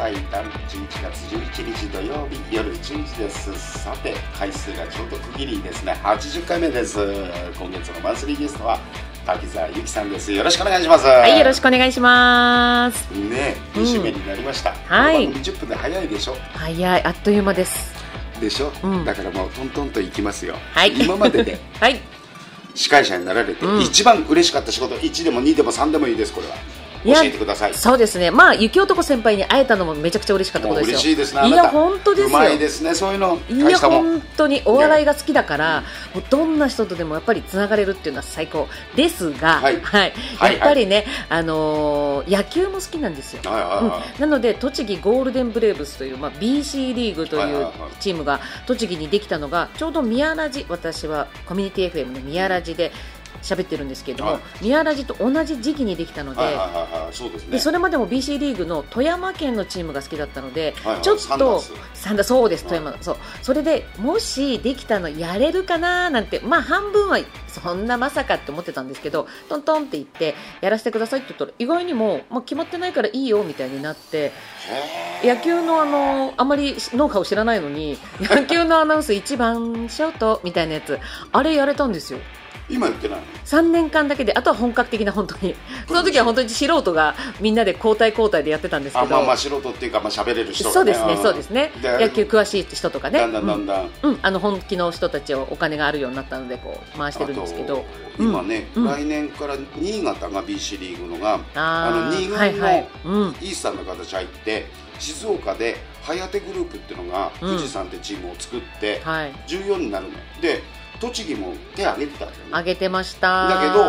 対談11月11日土曜日夜10時です。さて回数がちょうど区切りですね。80回目です。今月のマンスリーゲストは滝沢由紀さんです。よろしくお願いします。 はい、よろしくお願いしますね。2週目になりました、 はい。 20分で早いでしょ。 早い、あっという間ですでしょ、だからもうトントンといきますよ、 はい、 今までで、 はい、 司会者になられて、一番嬉しかった仕事、1でも2でも3でもいいです。これは教えてください。 そうですね、まあ雪男先輩に会えたのもめちゃくちゃ嬉しかったことですよ。 嬉しいですね。 いや本当ですよ。 うまいですね、そういうの。 いや本当にお笑いが好きだから、もうどんな人とでもやっぱりつながれるっていうのは最高ですが、はいはい、やっぱりね、野球も好きなんですよ、なので栃木ゴールデンブレーブスという、BC リーグというチームが栃木にできたのがちょうど宮ラジ、私はコミュニティ FM の宮ラジで喋ってるんですけれども、宮ラジと同じ時期にできたので、でそれまでも BC リーグの富山県のチームが好きだったので、ちょっとそうです、富山、それでもしできたのやれるかななんて、半分はそんなまさかって思ってたんですけど、トントンって言ってやらせてくださいって言ったら意外にも、決まってないからいいよみたいになって、野球のあまりノウハウ知らないのに野球のアナウンス1番ショートみたいなやつ、あれやれたんですよ。 今言ってない 3年間だけで、あとは本格的な、本当にその時は本当に素人がみんなで交代でやってたんですけど、 素人っていうか、喋れる人がね、 そうですね野球詳しい人とかね、 だんだん、 本気の人たちをお金があるようになったのでこう回してるんですけど、 今ね、来年から新潟が BC リーグのが2軍のイースタンの形入って、静岡で颯グループっていうのが富士山ってチームを作って14になるので、栃木も手を挙げてたんだよね。 挙げてました。 だけど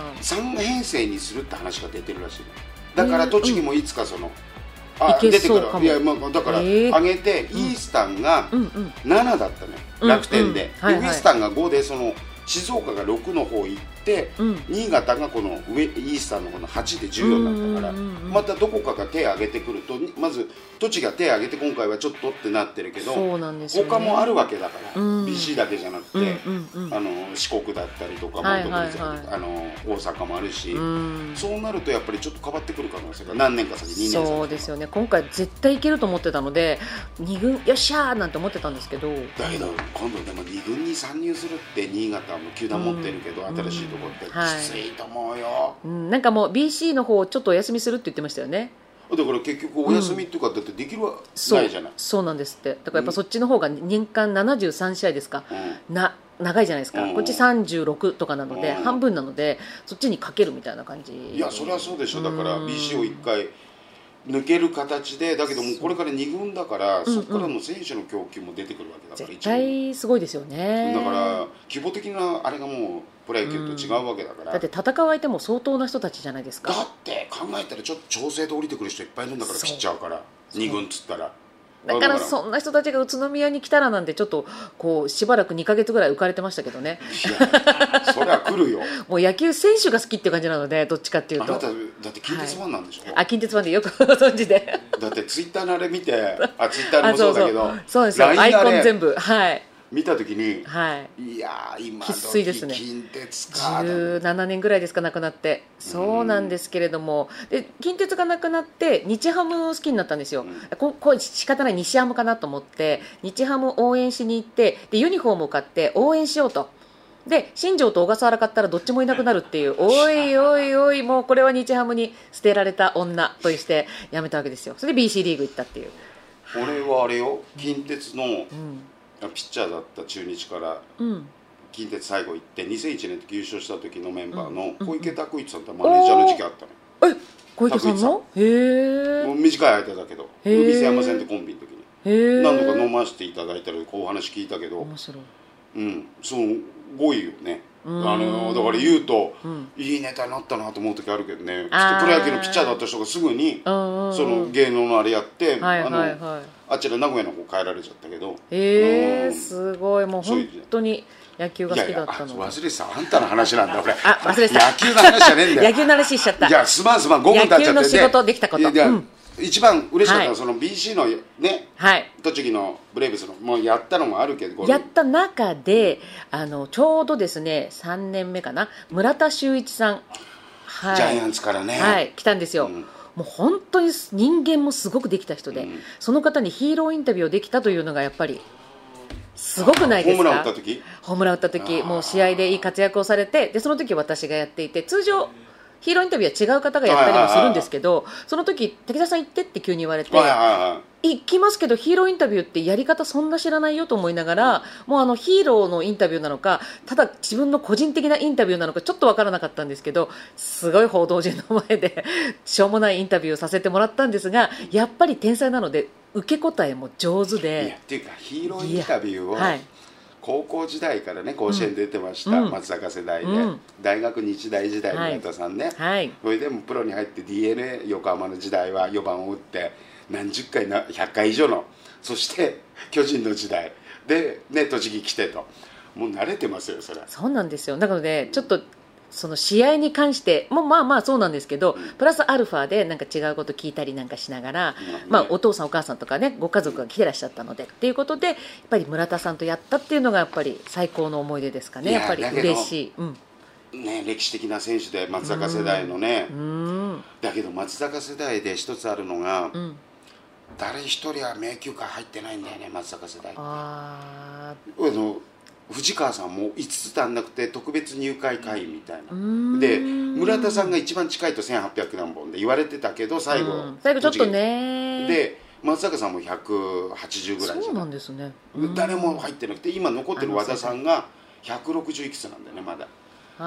3編成にするって話が出てるらしい。だから栃木もいつか出てくる。いや、だから挙げて、イースタンが7だったね、楽天で。ウエスタンが5で、静岡が6の方行って、新潟がこのイースタンのこの8で14になったから、またどこかが手を挙げてくると、まず栃木が手を挙げて今回はちょっとってなってるけど、他もあるわけだから、BC だけじゃなくて、四国だったりとか、大阪もあるし、そうなるとやっぱりちょっと変わってくる可能性が何年か先、2年先。 そうですよね。今回絶対いけると思ってたので、2軍よっしゃーなんて思ってたんですけど、 だけど今度でも2軍に参入するって新潟も球団持ってるけど、新しいところってきついと思うよ。 なんかもう BC の方をちょっとお休みするって言ってましたよね。 だから結局お休みっていうか、だってできるわないじゃない。 そうなんですって。だからやっぱそっちの方が年間73試合ですか、長いじゃないですか、こっち36とかなので、半分なのでそっちにかけるみたいな感じ。 いやそれはそうでしょ。だから BC を1回抜ける形で、だけどもうこれから2軍だから、そこからの選手の供給も出てくるわけだから、 絶対すごいですよね。 だから規模的なあれがもうプロ野球と違うわけだから、 だって戦う相手も相当な人たちじゃないですか。 だって考えたらちょっと調整で降りてくる人いっぱいいるんだから、ピッチャーから2軍っつったら。 だからそんな人たちが宇都宮に来たらなんて、ちょっとこうしばらく2ヶ月ぐらい浮かれてましたけどね。 いやそれは来るよ。 もう野球選手が好きっていう感じなので、どっちかっていうと。 あなただって近鉄ファンなんでしょ。 近鉄ファンでよくご存知で。 だってツイッターのあれ見て、ツイッターもそうだけど、 そうですよ、アイコン全部見たときに、 いや今時近鉄か 17年ぐらいですか、なくなって。そうなんですけれども、で近鉄がなくなって日ハムを好きになったんですよ。これ仕方ない、西ハムかなと思って日ハム応援しに行って、でユニフォームを買って応援しようと。で新庄と小笠原買ったらどっちもいなくなるっていう、おいおいおい、もうこれは日ハムに捨てられた女としてやめたわけですよ。それで BC リーグ行ったっていう。 俺はあれよ、近鉄のピッチャーだった中日から近鉄最後行って、2001年優勝した時のメンバーの小池拓一さんとマネージャーの時期あったの。 小池さんの？へえ。 もう短い間だけど、店山線ってコンビの時に何度か飲ませていただいたらこうお話聞いたけど、 面白い。 すごいよね。だから言うと、いいネタになったなと思う時あるけどね。プロ野球のピッチャーだった人がすぐにその芸能のあれやって、あちら名古屋の方帰られちゃったけど。 すごい、もう本当に野球が好きだったの。 忘れてた、あんたの話なんだこれ。 忘れてた。 野球の話じゃねえんだよ。 野球の話しちゃった。 いやすまん5分経っちゃって。 野球の仕事できたこと。 一番嬉しかったのはその BC のね、栃木のブレーブスのもうやったのもあるけど、 やった中でちょうどですね3年目かな、村田修一さん、 ジャイアンツからね、 来たんですよ。 もう本当に人間もすごくできた人で、その方にヒーローインタビューをできたというのがやっぱりすごくないですか。 ホームラン打った時、 ホームラン打った時、もう試合でいい活躍をされて、でその時私がやっていて、通常ヒーローインタビューは違う方がやったりもするんですけど、その時滝沢さん行ってって急に言われて、行きますけどヒーローインタビューってやり方そんな知らないよと思いながら、もうヒーローのインタビューなのか、ただ自分の個人的なインタビューなのかちょっと分からなかったんですけど、すごい報道陣の前でしょうもないインタビューをさせてもらったんですが、やっぱり天才なので受け答えも上手で。 いやっていうかヒーローインタビューを、高校時代からね甲子園出てました、松坂世代で、大学日大時代の村田さんね、それでもプロに入って DNA 横浜の時代は4番を打って何十回100回以上の、そして巨人の時代で、ね、栃木来てと、もう慣れてますよそれは。 そうなんですよ。なのでちょっとその試合に関してもまあそうなんですけど、プラスアルファでなんか違うこと聞いたりなんかしながら、お父さんお母さんとかねご家族が来てらっしゃったのでっていうことで、やっぱり村田さんとやったっていうのがやっぱり最高の思い出ですかね。やっぱり嬉しい、 ね、歴史的な選手で松坂世代のね、だけど松坂世代で一つあるのが、誰一人は名球会入ってないんだよね松坂世代って。藤川さんも5つ足んなくて特別入会会員みたいなで、村田さんが一番近いと1800何本で言われてたけど、最後ちょっとねで松坂さんも180ぐらいじゃない。 そうなんですね。 誰も入ってなくて、今残ってる和田さんが160いくつなんだよね、まだ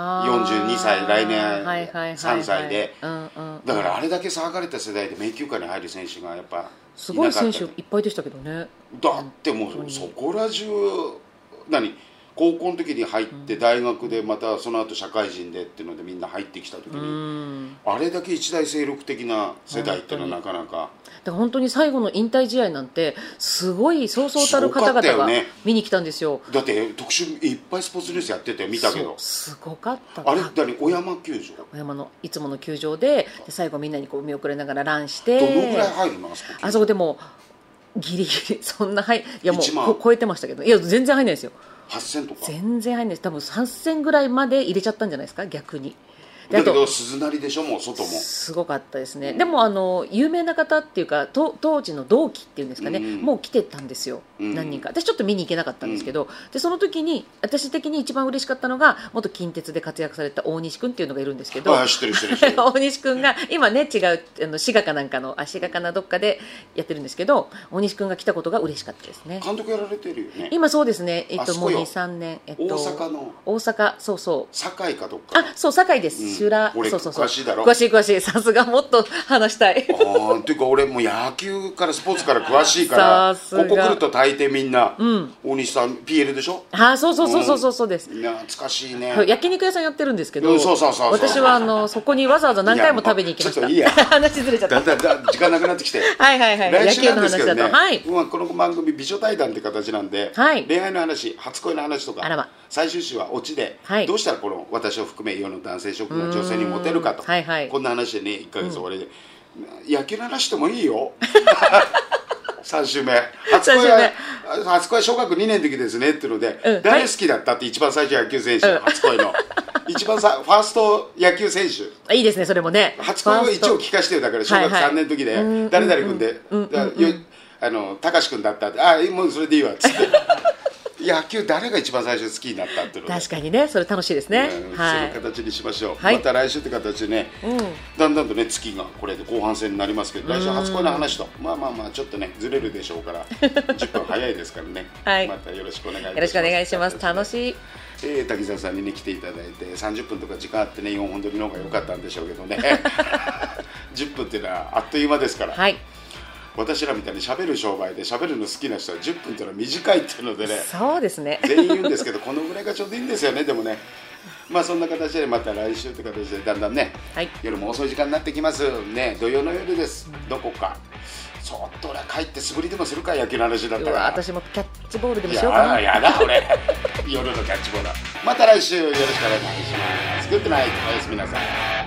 42歳、来年3歳で。だからあれだけ騒がれた世代で名球会に入る選手がやっぱすごい選手いっぱいでしたけどね。 だってもうそこら中高校の時に入って大学でまたその後社会人でっていうのでみんな入ってきた時に、あれだけ一大勢力的な世代っていうのはなかなか。 だから本当に最後の引退試合なんてすごいそうそうたる方々が見に来たんですよ。 だって特集いっぱいスポーツニュースやってて見たけど、 すごかった。 あれ小山球場、 小山のいつもの球場で最後みんなにこう見送られながらランして。 どのぐらい入るのあそこでもギリギリそんな入いやもう超えてましたけど、いや全然入んないですよ。 8000とか全然入んないです。多分3000ぐらいまで入れちゃったんじゃないですか逆に。 だけど鈴なりでしょ、もう外もすごかったですね。でも有名な方っていうか当時の同期っていうんですかね、もう来てたんですよ、何人か。私ちょっと見に行けなかったんですけど、でその時に私的に一番嬉しかったのが元近鉄で活躍された大西君っていうのがいるんですけど、 知ってる大西君が今ね違う滋賀かなんかの滋賀かなどっかでやってるんですけど、大西君が来たことが嬉しかったですね。 監督やられてるよね今。そうですね、もう 2,3 年、 大阪の大阪、そう堺かどっか。 そう堺です。 俺詳しいだろ。 詳しい。さすが、もっと話したい。 っていうか俺もう野球からスポーツから詳しいからここ来ると大抵みんな、大西さん PL でしょ。 そうです。 懐かしいね。 焼肉屋さんやってるんですけど、 そう私はそこにわざわざ何回も食べに行きました。 いや話ずれちゃった。 だんだん時間なくなってきてはい来週なんですけどね、 この番組美女対談って形なんで、恋愛の話、初恋の話とか、最終週はオチで、どうしたらこの私を含め世の男性諸君が女性にモテるかと、こんな話でね1ヶ月終わりで、野球の話してもいいよ3週目初恋は小学2年の時ですねっていうので、誰好きだったって一番最初野球選手、初恋の一番ファースト野球選手いいですね。それもね、 初恋を一応聞かせてよ。だから小学3年の時で誰々君で高志君だったって、もうそれでいいわっつって野球誰が一番最初好きになったっていうので、 確かにね、それ楽しいですね。 その形にしましょう。また来週って形でね、だんだんとね月がこれで後半戦になりますけど、来週初恋の話とまあちょっとねずれるでしょうから10分早いですからね、またよろしくお願いいたします。 よろしくお願いします。楽しい。 滝沢さんにね来ていただいて30分とか時間あってね4本撮りの方が良かったんでしょうけどね10分っていうのはあっという間ですから、私らみたいに喋る商売で喋るの好きな人は10分っていうのは短いっていうのでね、 そうですね、 全員言うんですけどこのぐらいがちょうどいいんですよね。でもね、そんな形でまた来週という形でだんだんね、夜も遅い時間になってきますね。土曜の夜です。どこかちょっと俺は帰って素振りでもするか、野球の話だったら。 私もキャッチボールでもしようかな。 やだ俺夜のキャッチボール。また来週よろしくお願いします。グッドナイト、おやすみなさい。